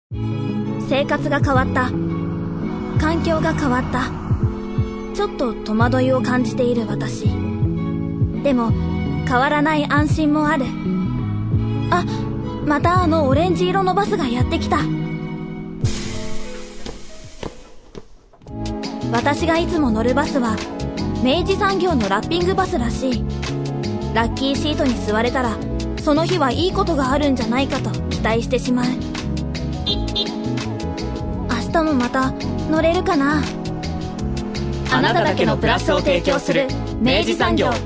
生活が変わった。環境が変わった。ちょっと戸惑いを感じている私。でも変わらない安心もある。あ、またオレンジ色のバスがやってきた。私がいつも乗るバスは明治産業のラッピングバスらしい。ラッキーシートに座れたらその日はいいことがあるんじゃないかと期待してしまう。明日もまた乗れるかな。 あなただけのプラスを提供する明治産業。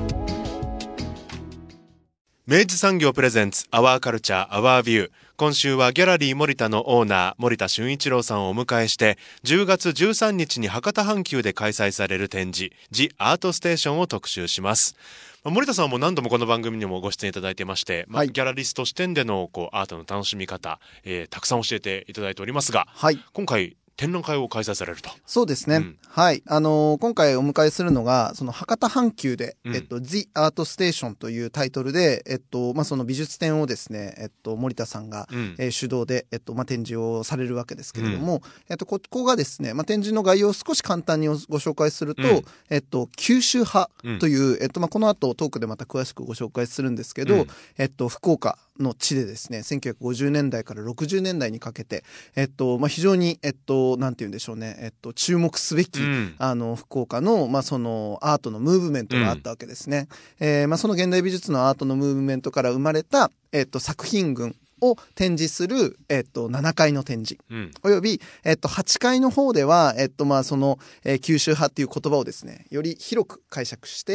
明治産業プレゼンツアワーカルチャーアワービュー。今週はギャラリー森田のオーナー森田俊一郎さんをお迎えして10月13日に博多阪急で開催される展示ジ・アートステーションを特集します。森田さんも何度もこの番組にもご出演いただいてまして、ギャラリスト視点でのアートの楽しみ方、たくさん教えていただいておりますが、今回展覧会を開催されると。 そうですね。はい。今回お迎えするのが、その博多阪急で、The Art Station というタイトルで、その美術展をですね、森田さんが、主導で、展示をされるわけですけれども、ここがですね、展示の概要を少し簡単にご紹介すると、九州派という、この後トークでまた詳しくご紹介するんですけど、福岡の地でですね、1950年代から60年代にかけて、非常に、なんて言うんでしょうね、注目すべき、福岡の、そのアートのムーブメントがあったわけですね。その現代美術のアートのムーブメントから生まれた、作品群を展示する、7階の展示、および、8階の方では、その、九州派っていう言葉をですね、より広く解釈して、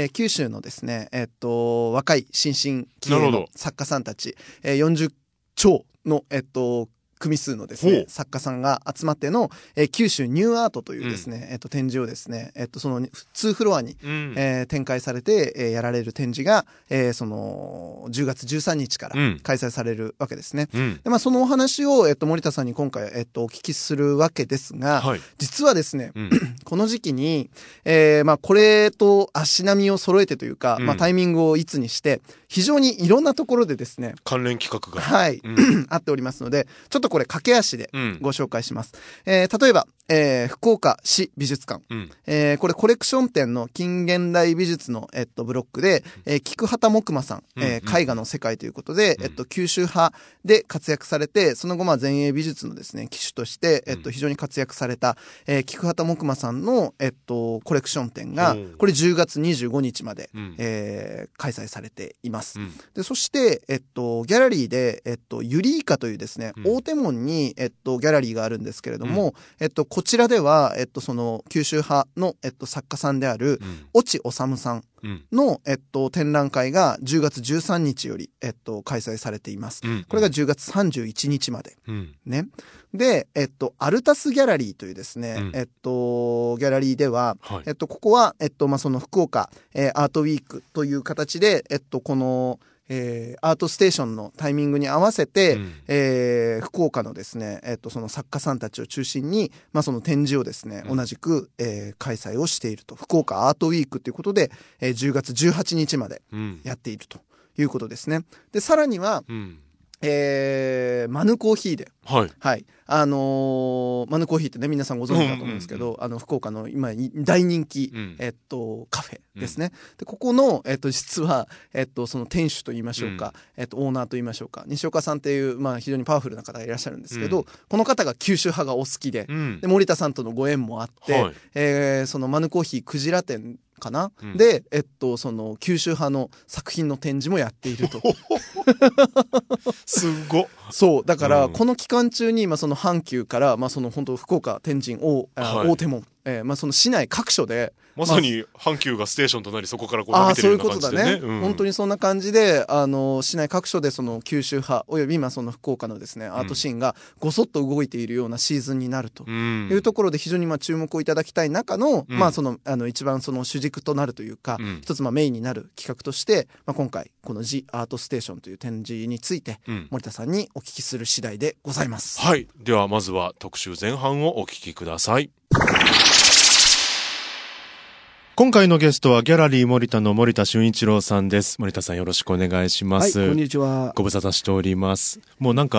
九州のですね、若い新進気鋭の作家さんたち、40超の、組数のですね、作家さんが集まっての、九州ニューアートというですね、展示をですね、その2フロアに、展開されて、やられる展示が、その10月13日から開催されるわけですね。でそのお話を、森田さんに今回、お聞きするわけですが、実はですね、この時期に、これと足並みを揃えてというか、タイミングをいつにして非常にいろんなところでですね、 関連企画があっておりますので、ちょっとこれ駆け足でご紹介します。例えば、福岡市美術館、これコレクション展の近現代美術の、ブロックで、菊畑木馬さん、絵画の世界ということで、九州派で活躍されて、その後前衛美術のですね旗手として、非常に活躍された、菊畑木馬さんの、コレクション展がこれ10月25日まで、開催されています。でそして、ギャラリーで、ユリーカというですね、大手門に、ギャラリーがあるんですけれども、こちらでは、その九州派の、作家さんである越智修さんの、展覧会が10月13日より、開催されています。これが10月31日まで。ね。で、アルタスギャラリーというですね、ギャラリーでは、ここは、その福岡、アートウィークという形で、この、アートステーションのタイミングに合わせて、福岡のですね、その作家さんたちを中心に、その展示をですね、同じく、開催をしていると。福岡アートウィークということで、10月18日までやっているということですね。で、さらには、マヌコーヒーで、マヌコーヒーってね、皆さんご存知だと思うんですけど、福岡の今大人気、カフェですね。でここの、実は、その店主と言いましょうか、オーナーと言いましょうか、西岡さんっていう、非常にパワフルな方がいらっしゃるんですけど、この方が九州派がお好きで、で森田さんとのご縁もあって、そのマヌコーヒークジラ店かな、で、その九州派の作品の展示もやっているとすごっ。 そうだから、この期間中に、その阪急から、その本当福岡天神大手門、その市内各所でまさに阪急がステーションとなり、そこから伸びてるような感じでね。 そういうことだね。本当にそんな感じで、市内各所でその九州派およびその福岡のですね、アートシーンがごそっと動いているようなシーズンになるというところで、非常に注目をいただきたい中の、その一番その主軸となるというか、一つメインになる企画として、今回この The Art Station という展示について、森田さんにお聞きする次第でございます。 はい。ではまずは特集前半をお聞きください。今回のゲストはギャラリー森田の森田俊一郎さんです。森田さん、よろしくお願いします。 はい、こんにちは。 ご無沙汰しております。もうなんか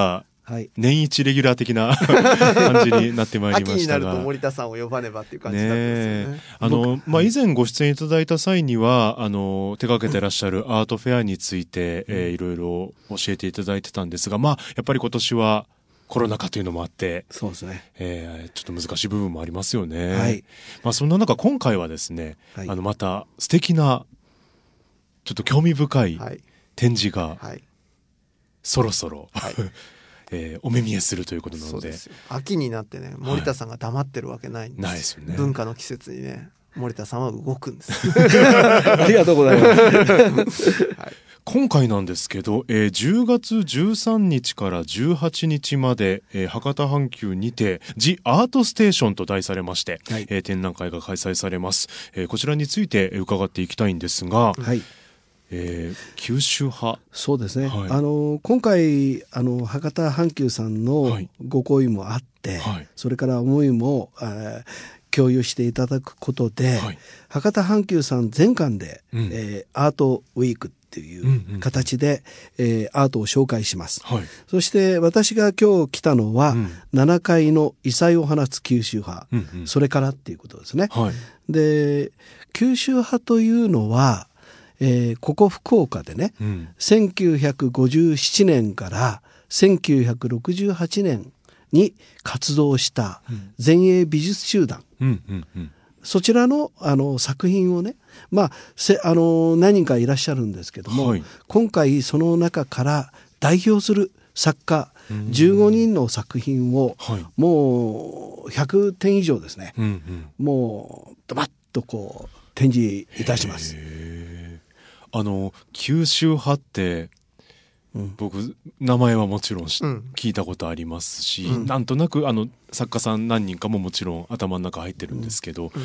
はい、 年一レギュラー的な感じになってまいりましたが秋になると森田さんを呼ばねばっていう感じになってますよね。以前ご出演いただいた際には手掛けてらっしゃるアートフェアについて、いろいろ教えていただいてたんですが、やっぱり今年はコロナ禍というのもあって、 そうですね、 ちょっと難しい部分もありますよね。 はい、 そんな中今回はですね、 はい、 また素敵なちょっと興味深い展示が、はい、そろそろ、はいお目見えするということなのそうですよ。秋になってね、森田さんが黙ってるわけないんです、 ないですよね。 文化の季節にね、森田さんは動くんですありがとうございます、 はい、今回なんですけど、10月13日から18日まで、博多阪急にて The Art Station と題されまして、はい、展覧会が開催されます、こちらについて伺っていきたいんですが、はい、九州派、 そうですね、はい、今回博多阪急さんのご好意もあって、はい、それから思いも共有していただくことで、はい、博多阪急さん全館で、アートウィークっていう形で、アートを紹介します、はい、そして私が今日来たのは、7階の異彩を放つ九州派、それからっていうことですね、はい、で九州派というのはここ福岡でね、1957年から1968年に活動した前衛美術集団、そちらの作品をね、何人かいらっしゃるんですけども、はい、今回その中から代表する作家15人の作品を、もう100点以上ですね、もうドバッとこう展示いたします。 九州派って、僕名前はもちろん聞いたことありますし、なんとなく作家さん何人かももちろん頭の中入ってるんですけど、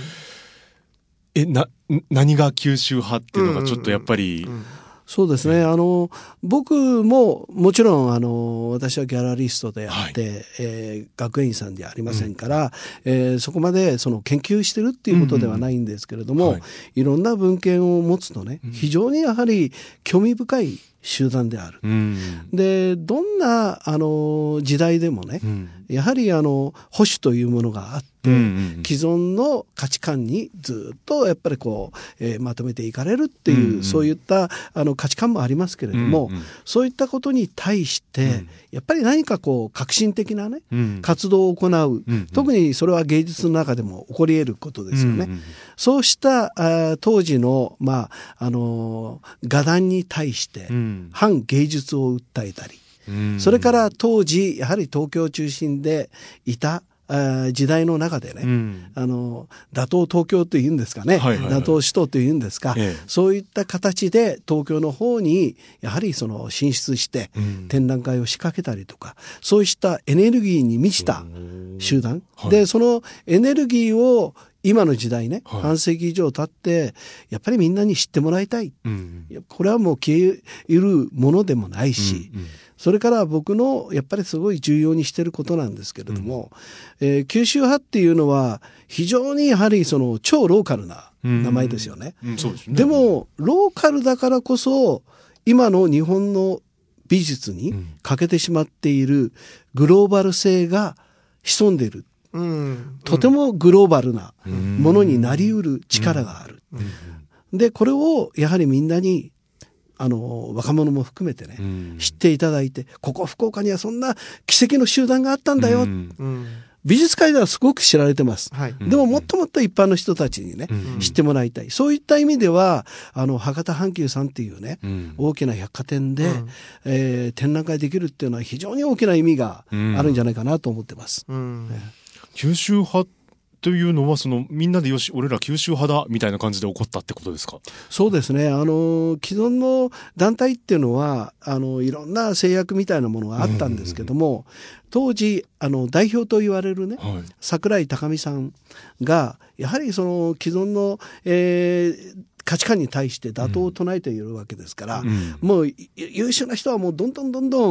何が九州派っていうのがちょっとやっぱり、 そうですね、僕ももちろん私はギャラリストであって、はい、学園員さんではありませんから、そこまでその研究してるっていうことではないんですけれども、いろんな文献を持つとね、非常にやはり興味深い集団である、でどんな時代でもね、やはり保守というものがあって、既存の価値観にずっとやっぱりこう、まとめていかれるっていう、そういった価値観もありますけれども、そういったことに対して、やっぱり何かこう革新的なね、活動を行う、特にそれは芸術の中でも起こり得ることですよね。そうした当時の、画壇に対して、反芸術を訴えたり、それから当時やはり東京中心でいた時代の中でね、打倒東京というんですかね、打倒首都というんですか、そういった形で東京の方にやはりその進出して展覧会を仕掛けたりとか、そうしたエネルギーに満ちた集団、でそのエネルギーを今の時代ね、半世紀以上経ってやっぱりみんなに知ってもらいたい、これはもう消えるものでもないし、それから僕のやっぱりすごい重要にしていることなんですけれども、九州派っていうのは非常にやはりその超ローカルな名前ですよね。でもローカルだからこそ今の日本の美術に欠けてしまっているグローバル性が潜んでいる、とてもグローバルなものになりうる力がある、でこれをやはりみんなに若者も含めてね、知っていただいて、ここ福岡にはそんな奇跡の集団があったんだよ、美術界ではすごく知られてます、でももっともっと一般の人たちにね、知ってもらいたい。そういった意味では博多阪急さんっていうね、大きな百貨店で、展覧会できるっていうのは非常に大きな意味があるんじゃないかなと思ってます、 九州派というのはみんなでよし俺ら九州派だみたいな感じで起こったってことですか？ そうですね、既存の団体っていうのはいろんな制約みたいなものがあったんですけども、当時代表と言われるね、櫻井高美さんがやはりその既存の、価値観に対して打倒を唱えているわけですから、もう優秀な人はもうどんどん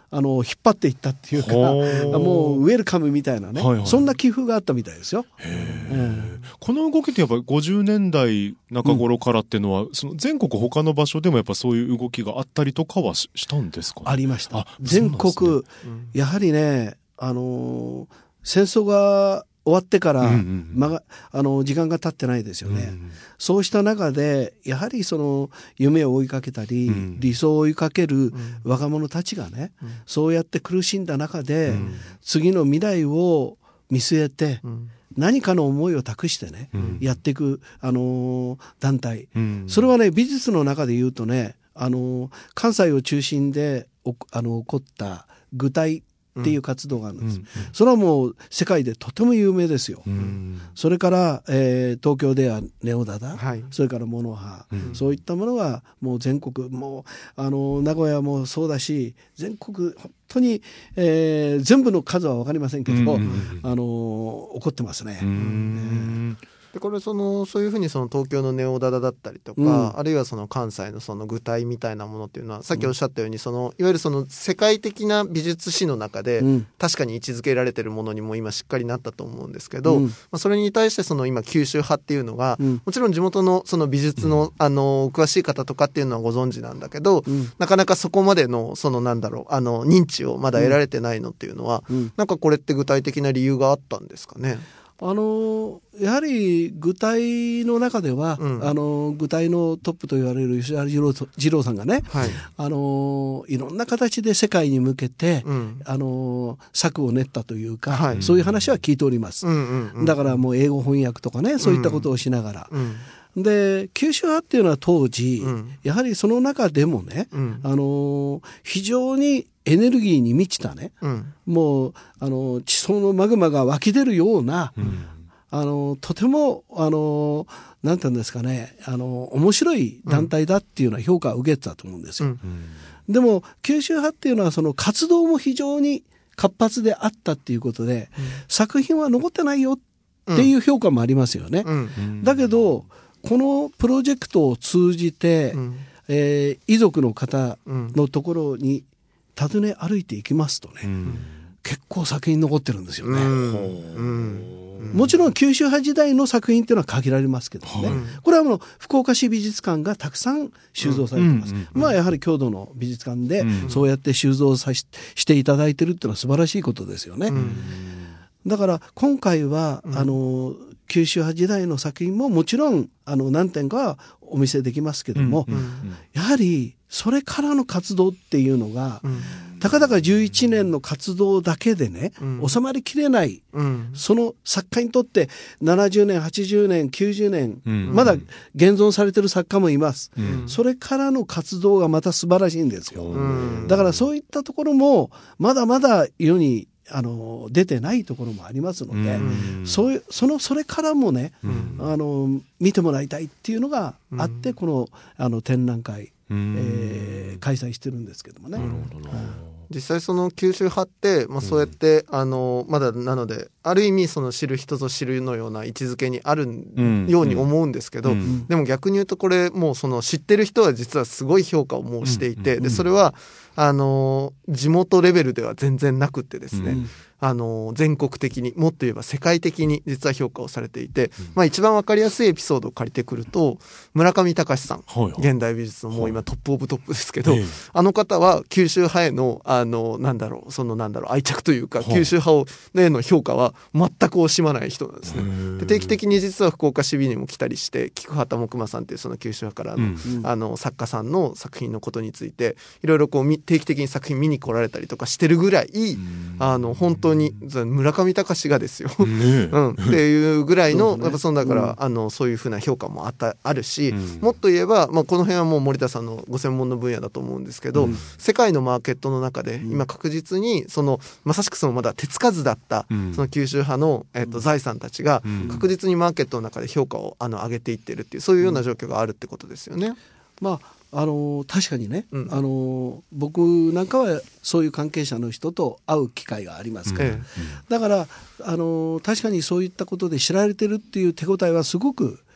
引っ張っていったっていうか、もうウェルカムみたいなね、そんな気風があったみたいですよ。 この動きってやっぱり50年代中頃からっていうのは、その全国他の場所でもやっぱそういう動きがあったりとかはしたんですかね。 ありました。全国、やはりね、戦争が終わってから、時間が経ってないですよね。そうした中でやはりその夢を追いかけたり、理想を追いかける若者たちがね、そうやって苦しんだ中で、次の未来を見据えて、何かの思いを託してね、やっていく、団体、それはね、美術の中で言うとね、関西を中心で起こった具体っていう活動があるんです、それはもう世界でとても有名ですよ、それから、東京ではネオダダ、それからモノハ、そういったものはもう全国、もう名古屋もそうだし、全国本当に、全部の数は分かりませんけど、起こってますね。 でこれそういうふうにその東京のネオダダだったりとか、あるいはその関西のその具体みたいなものっていうのは、さっきおっしゃったようにいわゆるその世界的な美術史の中で確かに位置づけられているものにも今しっかりなったと思うんですけど、それに対してその今九州派っていうのが、もちろん地元のその美術の詳しい方とかっていうのはご存知なんだけど、なかなかそこまでの認知をまだ得られてないのっていうのは、なんかこれって具体的な理由があったんですかね。 やはり具体の中では、具体のトップと言われる吉原二郎さんがね、いろんな形で世界に向けて、策を練ったというか、そういう話は聞いております、だからもう英語翻訳とかね、そういったことをしながら、で九州派っていうのは当時、やはりその中でもね、非常にエネルギーに満ちたね、もう地層のマグマが湧き出るような、とてもなんていうんですかね、面白い団体だっていうような評価を受けてたと思うんですよ。でも九州派っていうのはその活動も非常に活発であったっていうことで、作品は残ってないよっていう評価もありますよね。だけどこのプロジェクトを通じて、遺族の方のところに訪ね歩いていきますとね、結構作品残ってるんですよね。もちろん九州派時代の作品っていうのは限られますけどね、これは福岡市美術館がたくさん収蔵されています。やはり郷土の美術館でそうやって収蔵していただいてるっていうのは素晴らしいことですよね。だから今回は、九州派時代の作品ももちろん何点かはお見せできますけども、やはりそれからの活動っていうのが、たかだか11年の活動だけでね、収まりきれない、その作家にとって70年80年90年、まだ現存されてる作家もいます、それからの活動がまた素晴らしいんですよ。だからそういったところもまだまだ世に出てないところもありますので、それからもね、見てもらいたいっていうのがあって、この展覧会、開催してるんですけどもね。 実際その九州派って、そうやってまだなのである意味その知る人ぞ知るのような位置づけにあるように思うんですけど、でも逆に言うとこれもうその知ってる人は実はすごい評価をもうしていて、でそれは地元レベルでは全然なくってですね、全国的にもっと言えば世界的に実は評価をされていて、一番わかりやすいエピソードを借りてくると村上隆さん、現代美術のもう今トップオブトップですけど、あの方は九州派への愛着というか、九州派への評価は全く惜しまない人なんですね。で定期的に実は福岡市美にも来たりして、菊畑木馬さんっていうその九州派からの、作家さんの作品のことについていろいろ定期的に作品見に来られたりとかしてるぐらい、本当に村上隆がですよ、っていうぐらいの、やっぱだからそういうふうな評価もあるし、もっと言えば、この辺はもう森田さんのご専門の分野だと思うんですけど、世界のマーケットの中で今確実にまさしくまだ手つかずだったその九州派の、財産たちが確実にマーケットの中で評価を上げていってるっていう、そういうような状況があるってことですよね。 確かにね、僕なんかはそういう関係者の人と会う機会がありますから、だから確かにそういったことで知られてるっていう手応えはすごく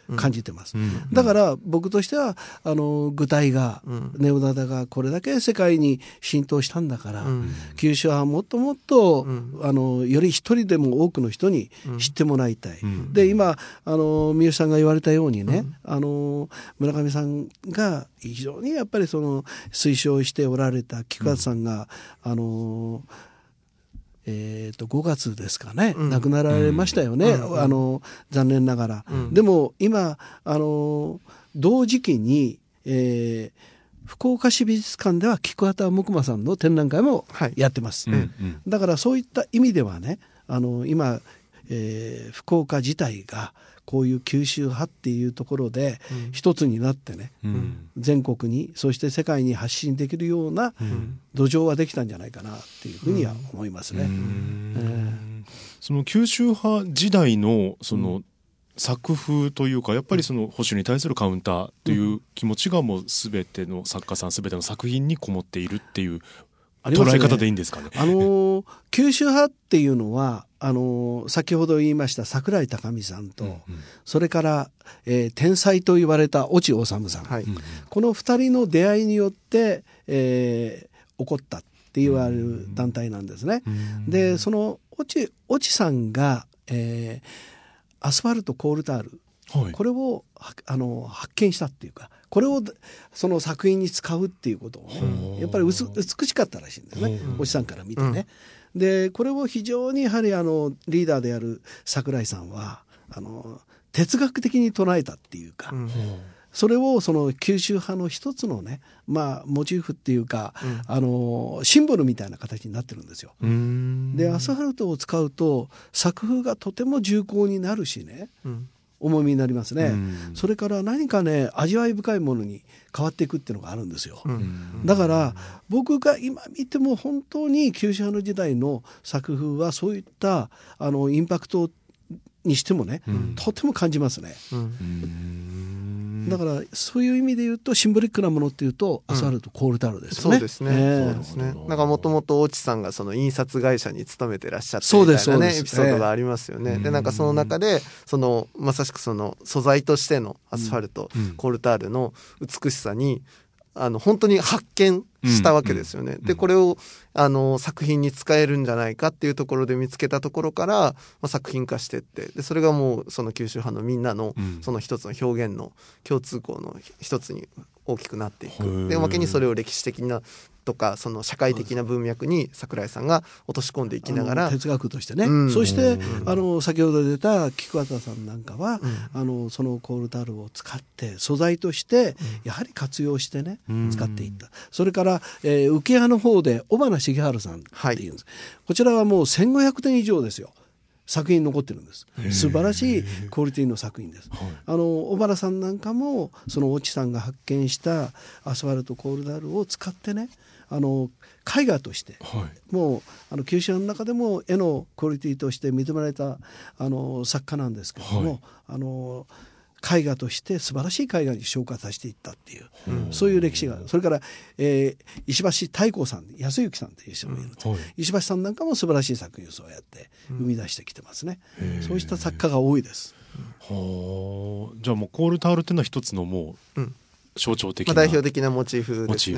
感じてます。だから僕としては具体が、ネオダダがこれだけ世界に浸透したんだから、九州派はもっともっと、より一人でも多くの人に知ってもらいたい。で今三好さんが言われたようにね、村上さんが非常にやっぱりその推奨しておられた菊畑さんが、5月ですかね、亡くなられましたよね、残念ながら。でも今同時期に、福岡市美術館では菊畑木馬さんの展覧会もやってます、だからそういった意味ではね、今、福岡自体がこういう九州派っていうところで一つになってね、全国にそして世界に発信できるような土壌はできたんじゃないかなっていうふうには思いますね。 その九州派時代のその作風というか、やっぱりその保守に対するカウンターという気持ちがもう全ての作家さん全ての作品にこもっているっていう捉え方でいいんですかね。 九州派っていうのは先ほど言いました桜井高見さんと、それから、天才と言われた越智治さん、この2人の出会いによって、起こったって言われる団体なんですね。でその越智さんが、アスファルト・コールタール、これを発見したっていうか、これをその作品に使うっていうことをね、やっぱり美しかったらしいんですね、越智さんから見てね。でこれを非常にやはりリーダーである桜井さんは哲学的に捉えたっていうか、それをその九州派の一つのね、モチーフっていうか、シンボルみたいな形になってるんですよ。でアスファルトを使うと作風がとても重厚になるしね、重みになりますね。それから何かね、味わい深いものに変わっていくっていうのがあるんですよ。だから僕が今見ても本当に九州派の時代の作風はそういったインパクトにしてもね、とても感じますね。だからそういう意味で言うとシンボリックなものっていうとアスファルト・コールタールですよね。 そうですね。そうですね。なんかもともと越智さんがその印刷会社に勤めてらっしゃってみたいなねエピソードがありますよね。でなんかその中でまさしくその素材としてのアスファルト、コールタールの美しさに本当に発見したわけですよね。でこれを作品に使えるんじゃないかっていうところで見つけたところから、作品化してって、でそれがもうその九州派のみんなのその一つの表現の共通項の一つに大きくなっていく。でおまけにそれを歴史的なとかその社会的な文脈に桜井さんが落とし込んでいきながら哲学としてね、そして先ほど出た菊畑さんなんかは、そのコールタールを使って素材としてやはり活用してね、使っていった。それから浮屋の方で尾花重治さんっていうんです、こちらはもう1500点以上ですよ、作品残ってるんです。素晴らしいクオリティの作品です。小原さんなんかもその越智さんが発見したアスファルト・コールタールを使ってね、絵画として、もう九州の中でも絵のクオリティとして認められた作家なんですけれども、絵画として素晴らしい絵画に昇華させていったっていう、そういう歴史がある。それから、石橋太閤さん、安幸さんという人もいる、石橋さんなんかも素晴らしい作品をそうやって生み出してきてますね。そうした作家が多いです。 じゃあもうコールタールっていうのは一つのもう、象徴的な、 代表的なモチーフですね。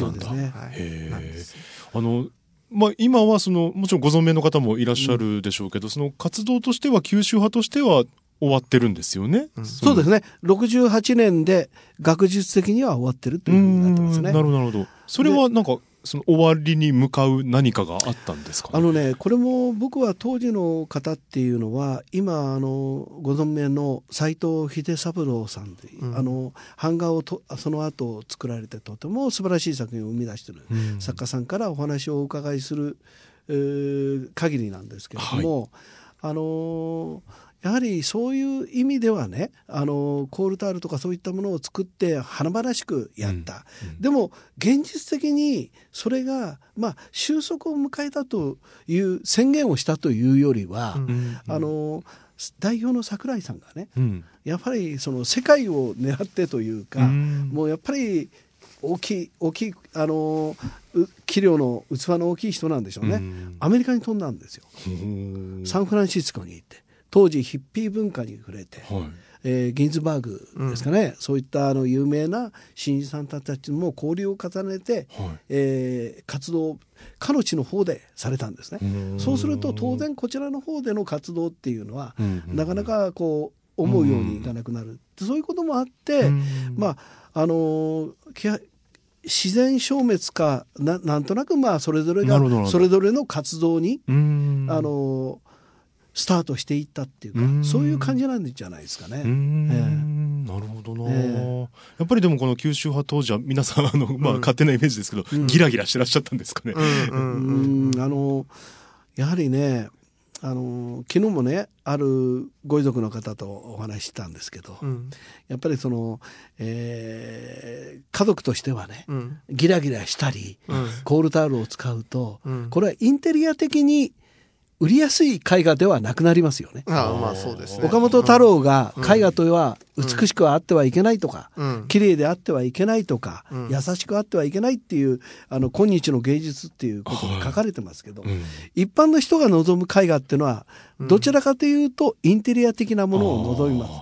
今はもちろんご存命の方もいらっしゃるでしょうけど、その活動としては九州派としては終わってるんですよね。 そうですね。68年で学術的には終わってるというふうになってますね。 なるほど。それはなんかその終わりに向かう何かがあったんですかね。 これも僕は当時の方っていうのは今ご存命の斉藤秀三郎さんという、版画をその後作られてとても素晴らしい作品を生み出している作家さんからお話をお伺いする、限りなんですけれども、やはりそういう意味ではね、コールタールとかそういったものを作って華々しくやった、でも現実的にそれが収束を迎えたという宣言をしたというよりは、代表の桜井さんがね、やっぱりその世界を狙ってというか、もうやっぱり大きい器量の器の大きい人なんでしょうね。アメリカに飛んだんですよ。サンフランシスコに行って当時ヒッピー文化に触れて、ギンズバーグですかね、そういった有名な新人さんたちも交流を重ねて、活動をかの地の方でされたんですね。そうすると当然こちらの方での活動っていうのは、なかなかこう思うようにいかなくなる、そういうこともあって、自然消滅か なんとなくそれぞれがそれぞれの活動にスタートしていったっていうか、そういう感じなんじゃないですかね。 なるほどな、やっぱりでもこの九州派当時は皆さん勝手なイメージですけど、ギラギラしてらっしゃったんですかね。 やはりね、昨日もねあるご遺族の方とお話ししたんですけど、やっぱり家族としてはね、ギラギラしたり、コールタオルを使うと、これはインテリア的に売りやすい絵画ではなくなりますよね。 そうですね。 岡本太郎が絵画とは美しくはあってはいけないとか、綺麗であってはいけないとか、優しくあってはいけないっていう今日の芸術っていうことが書かれてますけど、一般の人が望む絵画っていうのはどちらかというとインテリア的なものを望みます。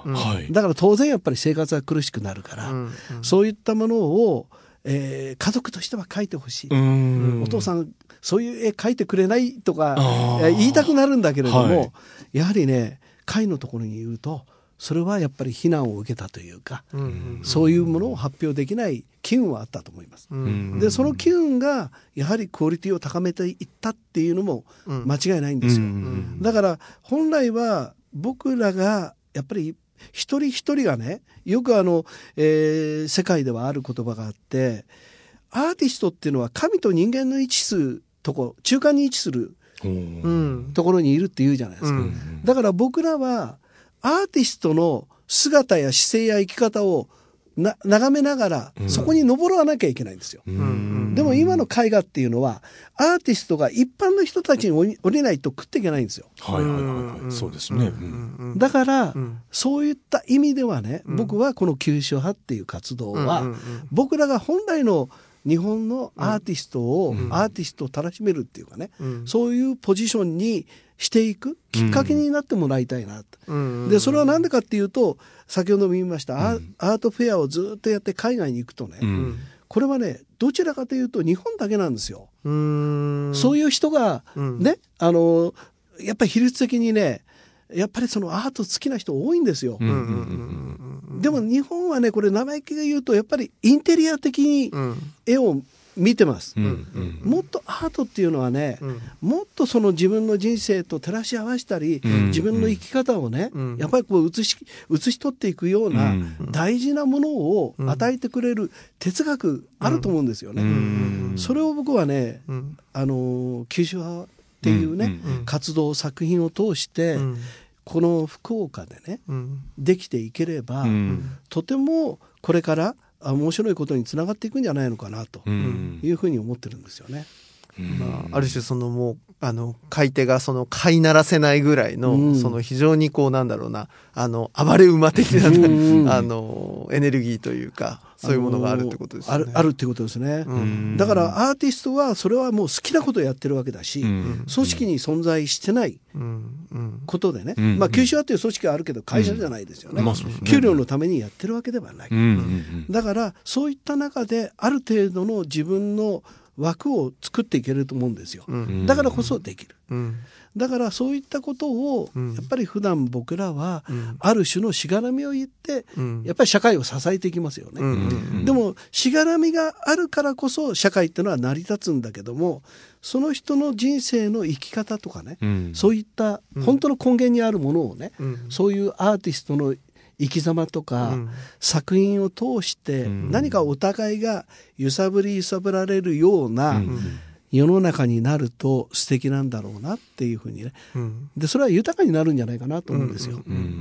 だから当然やっぱり生活が苦しくなるから、そういったものを家族としては描いてほしい。お父さんそういう絵描いてくれないとか言いたくなるんだけれども、やはりね絵のところに言うとそれはやっぱり非難を受けたというか、そういうものを発表できない機運はあったと思います。でその機運がやはりクオリティを高めていったっていうのも間違いないんですよ。だから本来は僕らがやっぱり一人一人がね、よく世界ではある言葉があって、アーティストっていうのは神と人間の位置するところ、中間に位置するところにいるって言うじゃないですか。だから僕らはアーティストの姿や姿勢や生き方を眺めながらそこに登らなきゃいけないんですよ。でも今の絵画っていうのはアーティストが一般の人たちに降りないと食っていけないんですよ。 そうですね。 だから、そういった意味ではね、僕はこの九州派っていう活動は、僕らが本来の日本のアーティストをたらしめるっていうかね、そういうポジションにしていくきっかけになってもらいたいなと。でそれは何でかっていうと、先ほども言いました、アートフェアをずっとやって海外に行くとね、これはねどちらかというと日本だけなんですよ。そういう人がね、やっぱり比率的にね、やっぱりそのアート好きな人多いんですよ。でも日本はね、これ生意気が言うとやっぱりインテリア的に絵を見てます。もっとアートっていうのはね、もっとその自分の人生と照らし合わせたり、自分の生き方をね、やっぱりこう写し取っていくような大事なものを与えてくれる哲学あると思うんですよね。それを僕はね、九州派っていうね、活動作品を通して、この福岡でね、できていければ、とてもこれから面白いことにつながっていくんじゃないのかなというふうに思ってるんですよね。 ある種もう買い手が飼いならせないぐらいの、非常に暴れ馬的な、エネルギーというか、そういうものがあるってことですね。 あるってことですね。だからアーティストはそれはもう好きなことをやってるわけだし、組織に存在してないことでね、九州派という組織はあるけど会社じゃないですよね。給料のためにやってるわけではない。だからそういった中である程度の自分の枠を作っていけると思うんですよ。だからこそできる。だからそういったことをやっぱり普段僕らはある種のしがらみを言ってやっぱり社会を支えていきますよね。でもしがらみがあるからこそ社会っていうのは成り立つんだけども、その人の人生の生き方とかね、そういった本当の根源にあるものをね、そういうアーティストの生き様とか、作品を通して何かお互いが揺さぶられるような世の中になると素敵なんだろうなっていうふうにね、でそれは豊かになるんじゃないかなと思うんですよ。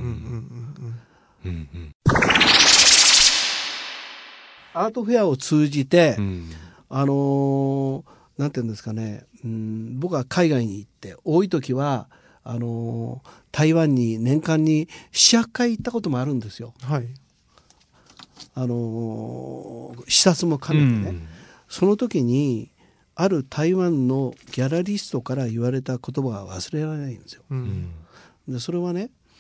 アートフェアを通じて、なんていうんですかね、僕は海外に行って多い時は台湾に年間に 7,8 回行ったこともあるんですよ。視察も兼ねてね、その時にある台湾のギャラリストから言われた言葉が忘れられないんですよ。でそれはね、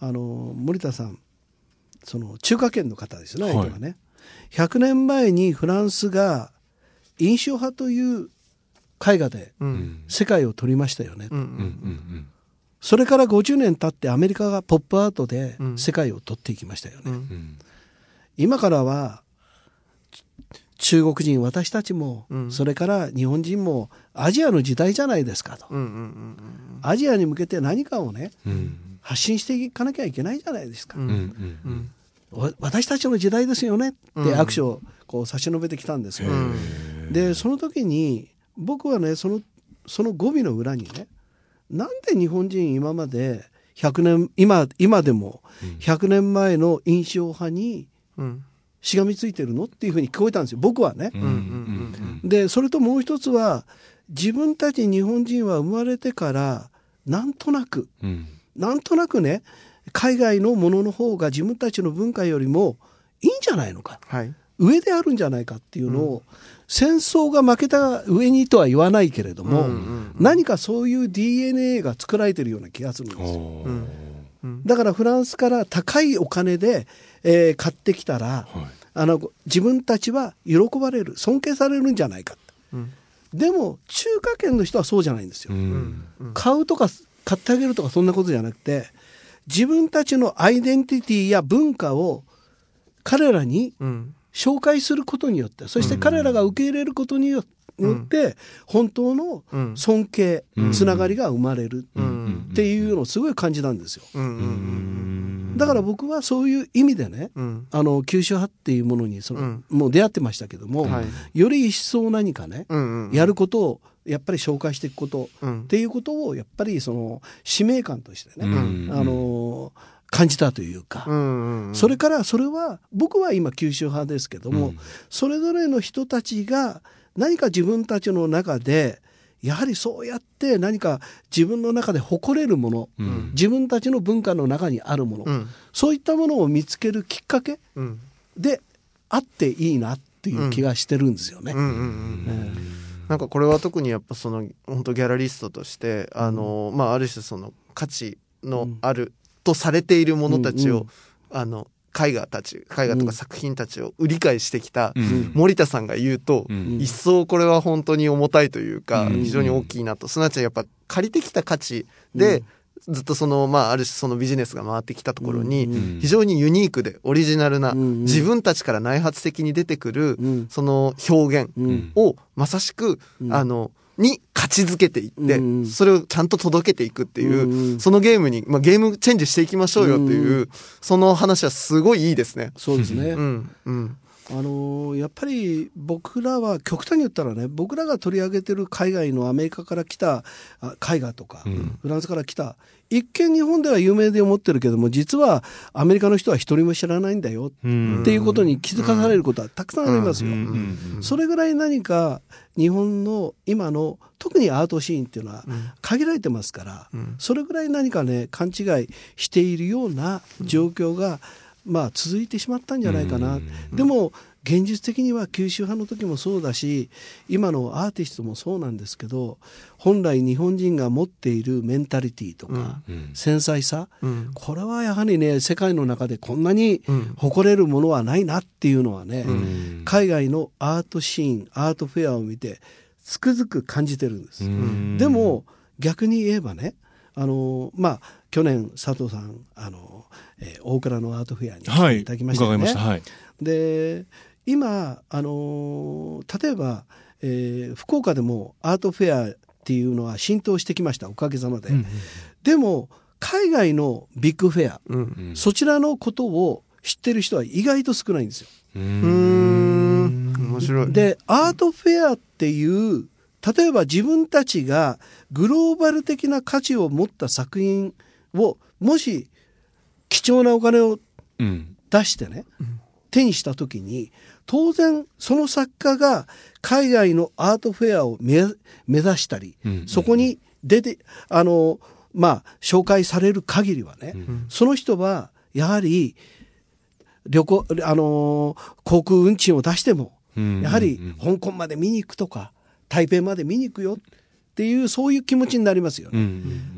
森田さんその中華圏の方ですね、相手はね、100年前にフランスが印象派という絵画で世界を取りましたよね、それから50年経ってアメリカがポップアートで世界を取っていきましたよね、今からは中国人私たちも、それから日本人もアジアの時代じゃないですかと、アジアに向けて何かをね、発信していかなきゃいけないじゃないですか、私たちの時代ですよねって握手をこう差し伸べてきたんですよ、でその時に僕はねその語尾の裏にね、なんで日本人今まで100年 今でも100年前の印象派にしがみついてるのっていうふうに聞こえたんですよ、僕はね、でそれともう一つは、自分たち日本人は生まれてからなんとなくね、海外のものの方が自分たちの文化よりもいいんじゃないのか、上であるんじゃないかっていうのを、戦争が負けた上にとは言わないけれども、何かそういう DNA が作られてるような気がするんですよ、だからフランスから高いお金で、買ってきたら、自分たちは喜ばれる、尊敬されるんじゃないか、でも中華圏の人はそうじゃないんですよ、買うとか買ってあげるとかそんなことじゃなくて、自分たちのアイデンティティや文化を彼らに紹介することによって、そして彼らが受け入れることによって本当の尊敬、つながりが生まれるっていうのをすごい感じたんですよ、だから僕はそういう意味でね、九州派っていうものにもう出会ってましたけども、より一層何かね、やることをやっぱり紹介していくことっていうことをやっぱりその使命感としてね、感じたというか、それからそれは僕は今九州派ですけども、それぞれの人たちが何か自分たちの中でやはりそうやって何か自分の中で誇れるもの、自分たちの文化の中にあるもの、そういったものを見つけるきっかけであっていいなっていう気がしてるんですよね。 なんかこれは特にやっぱその本当ギャラリストとしてある種その価値のあるとされているものたちを、絵画とか作品たちを理解してきた森田さんが言うと、一層これは本当に重たいというか、非常に大きいなと。すなわちやっぱ借りてきた価値で、ずっとある種そのビジネスが回ってきたところに、非常にユニークでオリジナルな、自分たちから内発的に出てくる、その表現をまさしく、に価値づけていって、それをちゃんと届けていくっていう、そのゲームに、ゲームチェンジしていきましょうよっていう、その話はすごいいいですね。 そうですね。やっぱり僕らは極端に言ったらね、僕らが取り上げてる海外のアメリカから来た絵画とか、フランスから来た、一見日本では有名で思ってるけども、実はアメリカの人は一人も知らないんだよっていうことに気づかされることはたくさんありますよ。それぐらい何か日本の今の特にアートシーンっていうのは限られてますから、それぐらい何かね勘違いしているような状況が続いてしまったんじゃないかな。でも現実的には九州派の時もそうだし、今のアーティストもそうなんですけど、本来日本人が持っているメンタリティとか、繊細さ、これはやはりね世界の中でこんなに誇れるものはないなっていうのはね、海外のアートシーン、アートフェアを見てつくづく感じてるんです。でも逆に言えばね、去年佐藤さん大倉のアートフェアに来ていただきましたよね。 伺いました。 で今例えば、福岡でもアートフェアっていうのは浸透してきました、おかげさまで。でも海外のビッグフェア、そちらのことを知ってる人は意外と少ないんですよ。 面白い。 でアートフェアっていう例えば自分たちがグローバル的な価値を持った作品をもし貴重なお金を出してね、手にした時に当然その作家が海外のアートフェアを目指したり、そこに出て紹介される限りはね、その人はやはり航空運賃を出しても、やはり香港まで見に行くとか台北まで見に行くよっていうそういう気持ちになりますよね。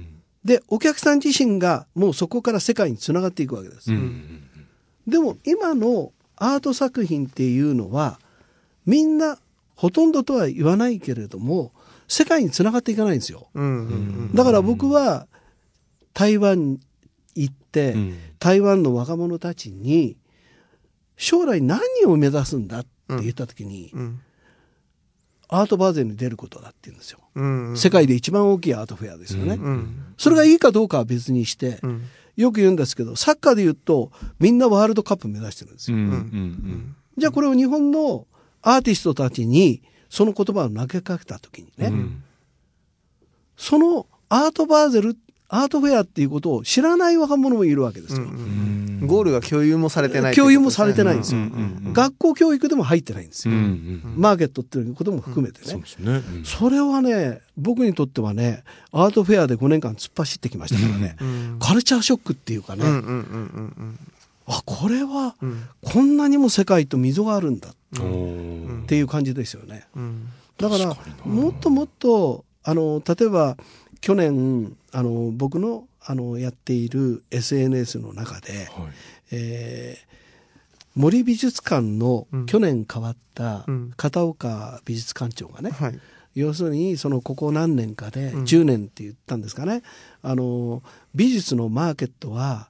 でお客さん自身がもうそこから世界につながっていくわけです、でも今のアート作品っていうのはみんなほとんどとは言わないけれども世界につながっていかないんですよ、だから僕は台湾行って、台湾の若者たちに将来何を目指すんだって言った時に、アートバーゼルに出ることだって言うんですよ、世界で一番大きいアートフェアですよね、それがいいかどうかは別にして、よく言うんですけどサッカーで言うとみんなワールドカップ目指してるんですよ、じゃあこれを日本のアーティストたちにその言葉を投げかけた時にね、そのアートバーゼルアートフェアっていうことを知らない若者もいるわけですよ、 ゴールが共有もされてない、 共有もされてないんですよ、学校教育でも入ってないんですよ、マーケットっていうことも含めてね、それはね僕にとってはねアートフェアで5年間突っ走ってきましたからね、カルチャーショックっていうかね、あこれはこんなにも世界と溝があるんだっていう感じですよね、だからもっともっと例えば去年僕のやっている SNS の中で、森美術館の去年変わった片岡美術館長がね、要するにここ何年かで10年って言ったんですかね、美術のマーケットは、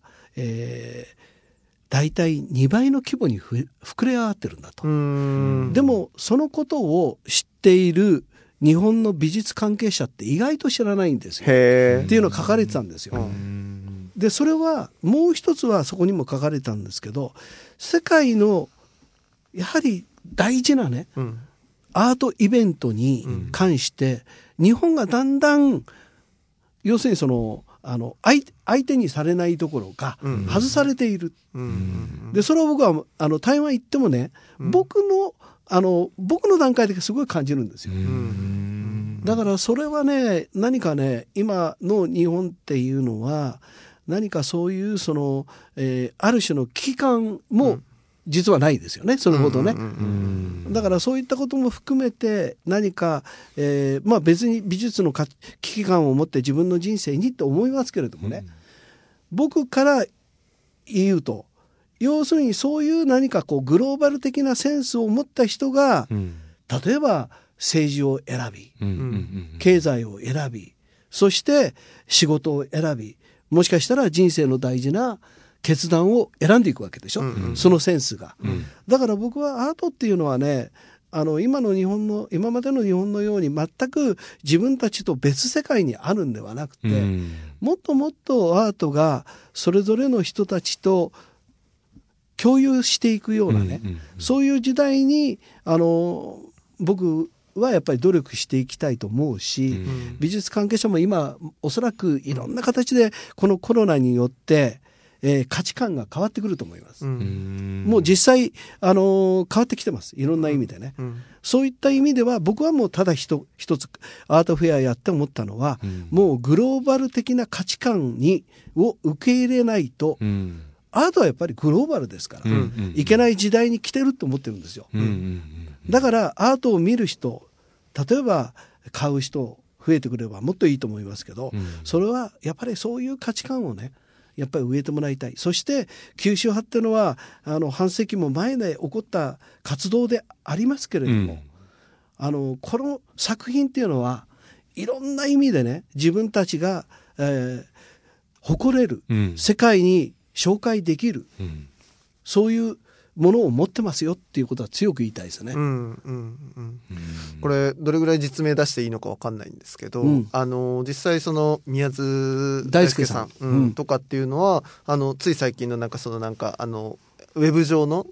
大体2倍の規模に膨れ上がってるんだと。でもそのことを知っている日本の美術関係者って意外と知らないんですよっていうのが書かれてたんですよ。でそれはもう一つはそこにも書かれたんですけど、世界のやはり大事なね、アートイベントに関して日本がだんだん要するに相手にされないどころか外されている、でそれを僕は台湾行ってもね、僕の段階ですごい感じるんですよ。だからそれはね、何かね今の日本っていうのは何かそういうある種の危機感も実はないですよね、それほどね。だからそういったことも含めて何か、別に美術の危機感を持って自分の人生にって思いますけれどもね、僕から言うと要するにそういう何かグローバル的なセンスを持った人が、例えば政治を選び、経済を選び、そして仕事を選び、もしかしたら人生の大事な決断を選んでいくわけでしょ、そのセンスが。だから僕はアートっていうのはね、今までの日本のように全く自分たちと別世界にあるんではなくて、もっともっとアートがそれぞれの人たちと共有していくようなね、そういう時代に僕はやっぱり努力していきたいと思うし、美術関係者も今おそらくいろんな形でこのコロナによって価値観が変わってくると思います。もう実際変わってきてます、いろんな意味でね。そういった意味では僕はもうただ一つアートフェアやって思ったのは、もうグローバル的な価値観を受け入れないと、アートはやっぱりグローバルですから、いけない時代に来てると思ってるんですよ。だからアートを見る人、例えば買う人増えてくればもっといいと思いますけど、それはやっぱりそういう価値観をねやっぱり植えてもらいたい。そして九州派っていうのは半世紀も前で起こった活動でありますけれども、この作品っていうのはいろんな意味でね、自分たちが、誇れる、世界に紹介できる、そういうものを持ってますよっていうことは強く言いたいですね。 これどれぐらい実名出していいのか分かんないんですけど、実際宮津大輔さん、とかっていうのはつい最近のウェブ上の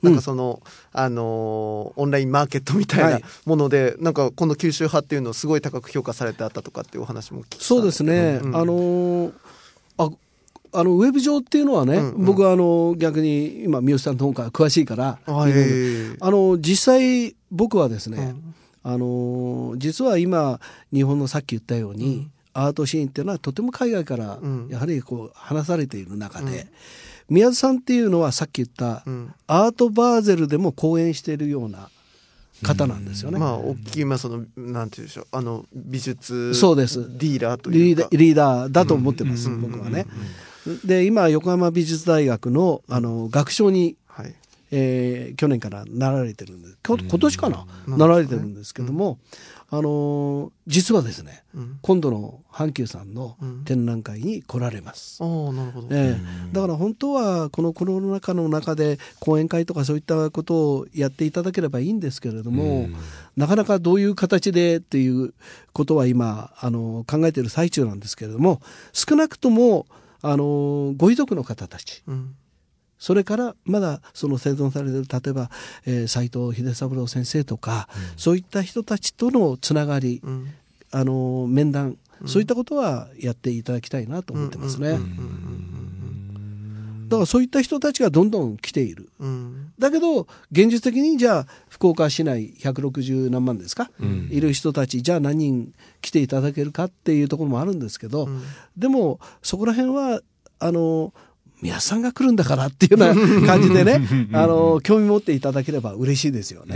オンラインマーケットみたいなもので、この九州派っていうのをすごい高く評価されてあったとかっていうお話も聞きました。 そうですね、ウェブ上っていうのはね、僕は逆に今三好さんの方から詳しいから実際僕はですね、実は今日本のさっき言ったように、アートシーンっていうのはとても海外からやはり話されている中で、宮津さんっていうのはさっき言った、アートバーゼルでも講演しているような方なんですよね。 大きい、そのなんていうんでしょう、美術そうですディーラーというかリーダーだと思ってます、僕はね。で今横浜美術大学の学長に、去年からなられてるんです。今年かな、なられてるんですけども、実はですね、今度の阪急さんの展覧会に来られます。 なるほど。 だから本当はこのコロナ禍の中で講演会とかそういったことをやっていただければいいんですけれども、なかなかどういう形でっていうことは今考えている最中なんですけれども、少なくともご遺族の方たち、それからまだその生存されている例えば斎藤秀三郎先生とか、そういった人たちとのつながり、面談、そういったことはやっていただきたいなと思ってますね。だからそういった人たちがどんどん来ている、だけど現実的にじゃあ福岡市内160何万ですか、いる人たちじゃあ何人来ていただけるかっていうところもあるんですけど、でもそこら辺は皆さんが来るんだからっていうような感じでね興味持っていただければ嬉しいですよね。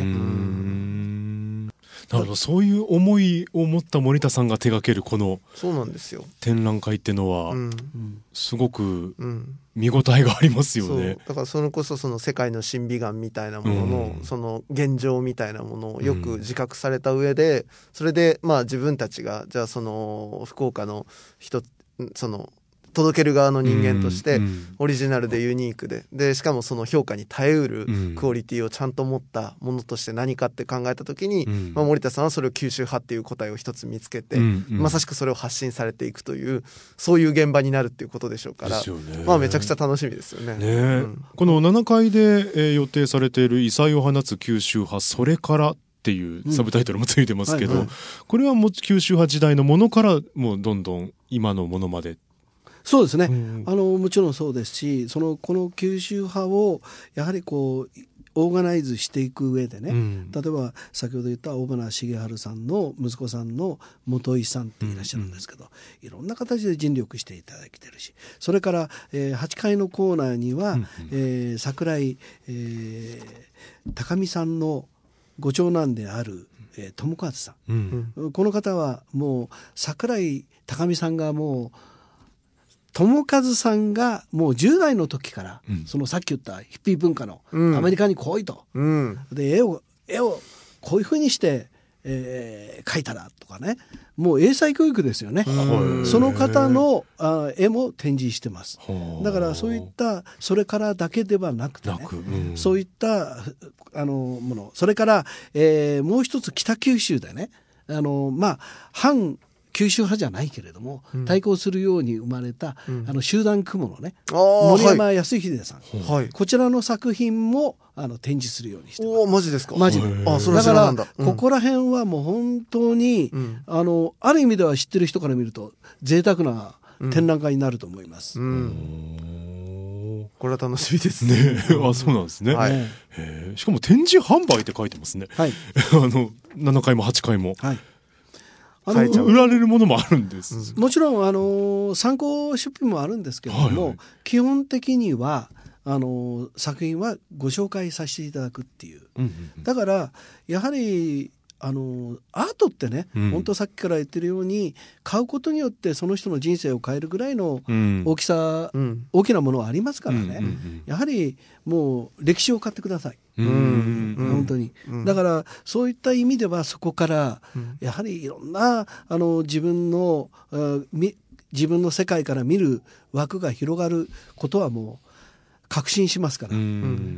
なるほど、そういう思いを持った森田さんが手掛けるこの展覧会っていうのはすごく見応えがありますよね。 だからそれこそその世界の審美眼みたいなもののその現状みたいなものをよく自覚された上で、それで自分たちがじゃあその福岡のその届ける側の人間としてオリジナルでユニークでしかもその評価に耐えうるクオリティをちゃんと持ったものとして何かって考えた時に、森田さんはそれを九州派っていう答えを一つ見つけて、まさしくそれを発信されていくという、そういう現場になるっていうことでしょうから、めちゃくちゃ楽しみですよね。 この7階で予定されている異彩を放つ九州派、それからっていうサブタイトルもついてますけど、これはもう九州派時代のものからもうどんどん今のものまで。 そうですね、もちろんそうですし、この九州派をやはりオーガナイズしていく上でね、例えば先ほど言った尾花茂治さんの息子さんの本井さんっていらっしゃるんですけど、いろんな形で尽力していただいてるし、それから、8階のコーナーには、櫻井、高見さんのご長男である友和さん、この方はもう櫻井高見さんがもう友和さんがもう10代の時から、そのさっき言ったヒッピー文化のアメリカに来いと、で絵をこういうふうにして、描いたらとかね、もう英才教育ですよね。その方の絵も展示してます。だからそういったそれからだけではなくてね、そういったもの、それから、もう一つ北九州でね、反九州派じゃないけれども、対抗するように生まれた、集団雲のね、森山康秀さん、こちらの作品も展示するようにしてます。 マジですか？ マジで。だからここら辺はもう本当に、ある意味では知ってる人から見ると贅沢な展覧会になると思います。 これは楽しみですね。 そうなんですね。しかも展示販売って書いてますね。7階も8階も。売られるものもあるんです。 もちろん参考出品もあるんですけれども、基本的には作品はご紹介させていただくっていう、だからやはりアートってね、本当さっきから言ってるように買うことによってその人の人生を変えるぐらいの大きなものはありますからね、やはりもう歴史を買ってください、本当に。だからそういった意味ではそこからやはりいろんな自分の世界から見る枠が広がることはもう確信しますから、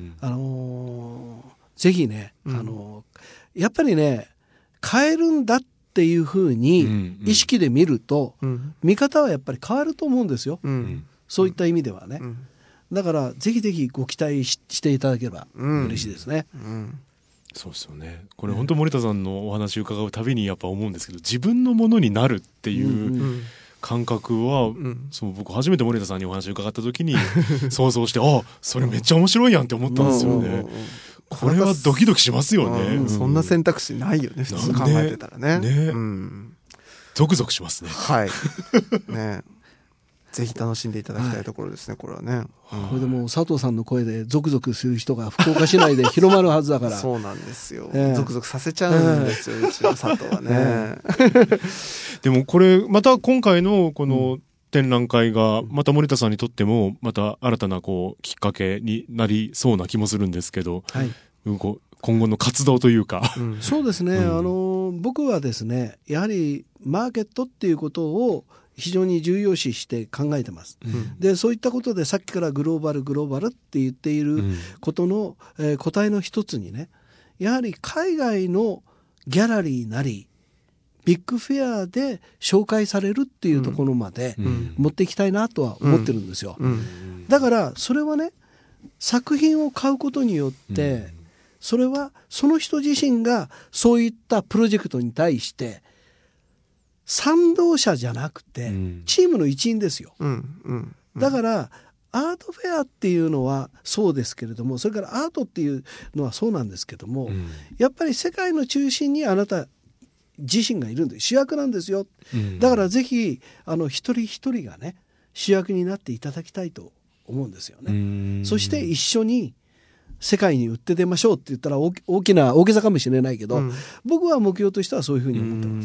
ぜひね、やっぱりね、変えるんだっていうふうに意識で見ると、見方はやっぱり変わると思うんですよ、そういった意味ではね、だからぜひぜひご期待していただければ嬉しいですね。 そうですよね。これ本当森田さんのお話を伺うたびにやっぱ思うんですけど、自分のものになるっていう感覚は、僕初めて森田さんにお話を伺った時に想像してそれめっちゃ面白いやんって思ったんですよね。これはドキドキしますよね。 そんな選択肢ないよね、普通考えてたらね。 ゾクゾクしますね。 はい。ね。 ぜひ楽しんでいただきたいところですね、これはね。 これでもう佐藤さんの声でゾクゾクする人が福岡市内で広まるはずだから。 そうなんですよ。ゾクゾクさせちゃうんですよ、うちの佐藤はね。 でもこれまた今回のこの展覧会がまた森田さんにとってもまた新たなこうきっかけになりそうな気もするんですけど、 はい、 今後の活動というか、 そうですね、僕はですねやはりマーケットっていうことを非常に重要視して考えてます、でそういったことでさっきからグローバルって言っていることの、答えの一つにね、やはり海外のギャラリーなりビッグフェアで紹介されるっていうところまで持っていきたいなとは思ってるんですよ、だからそれはね作品を買うことによって、それはその人自身がそういったプロジェクトに対して賛同者じゃなくてチームの一員ですよ、だからアートフェアっていうのはそうですけれども、それからアートっていうのはそうなんですけども、やっぱり世界の中心にあなた自身がいるんで主役なんですよ、だからぜひ一人一人がね主役になっていただきたいと思うんですよね。そして一緒に世界に売って出ましょうって言ったら大げさかもしれないけど、僕は目標としてはそういうふうに思ってます、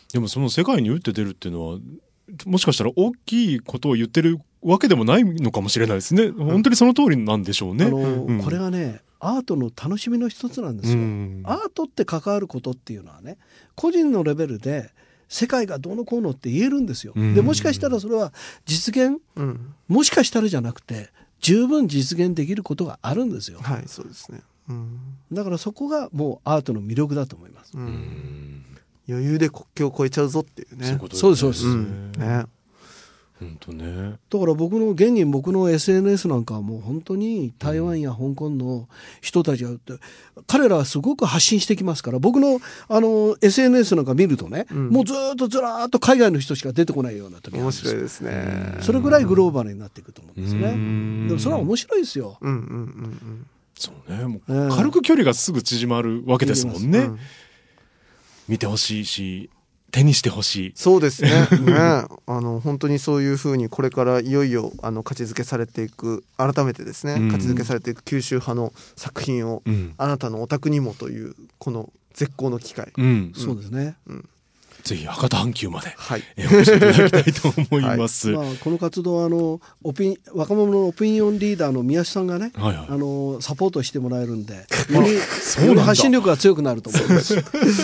でもその世界に打って出るっていうのはもしかしたら大きいことを言ってるわけでもないのかもしれないですね。本当にその通りなんでしょうね。 これがねアートの楽しみの一つなんですよ、アートって関わることっていうのはね個人のレベルで世界がどうのこうのって言えるんですよ、でもしかしたらそれは実現、もしかしたらじゃなくて十分実現できることがあるんですよ。 はい、そうですね、 だからそこがもうアートの魅力だと思います、 余裕で国境を越えちゃうぞっていうね。 そうですそうです、 ね、本当ね。 だから僕の SNS なんかはもう本当に台湾や香港の人たちが彼らはすごく発信してきますから、僕のSNS なんか見るとね、もうずらーっと海外の人しか出てこないような時面白いですね。 それぐらいグローバルになっていくと思うんですね。でもそれは面白いですよ。 そうね、もう軽く距離がすぐ縮まるわけですもんね、見てほしいし手にしてほしい。 そうですね本当にそういうふうにこれからいよいよ価値づけされていく、改めてですね、価値づけされていく九州派の作品を、あなたのお宅にもというこの絶好の機会、 そうですね、 ぜひ博多阪急まで、 はい、 お越しいただきたいと思います、 この活動は若者のオピニオンリーダーの宮下さんがね、サポートしてもらえるんでより発信力が強くなると思います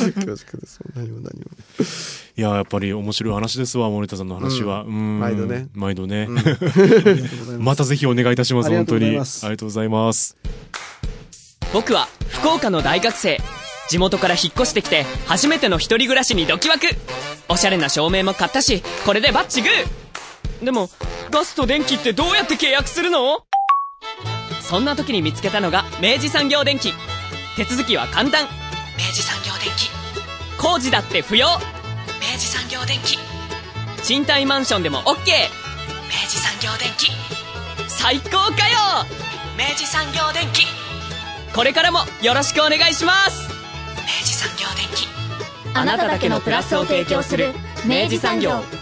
いややっぱり面白い話ですわ、森田さんの話は、毎度ね、またぜひお願いいたします。本当にありがとうございます。 僕は福岡の大学生、地元から引っ越してきて初めての一人暮らしにドキワク。おしゃれな照明も買ったし、これでバッチグー。でもガスと電気ってどうやって契約するの？そんな時に見つけたのが明治産業電機。手続きは簡単。明治産業電機。工事だって不要。明治産業電機。賃貸マンションでも OK。 明治産業電機。最高かよ。明治産業電機。これからもよろしくお願いします。明治産業電機。 あなただけのプラスを提供する明治産業。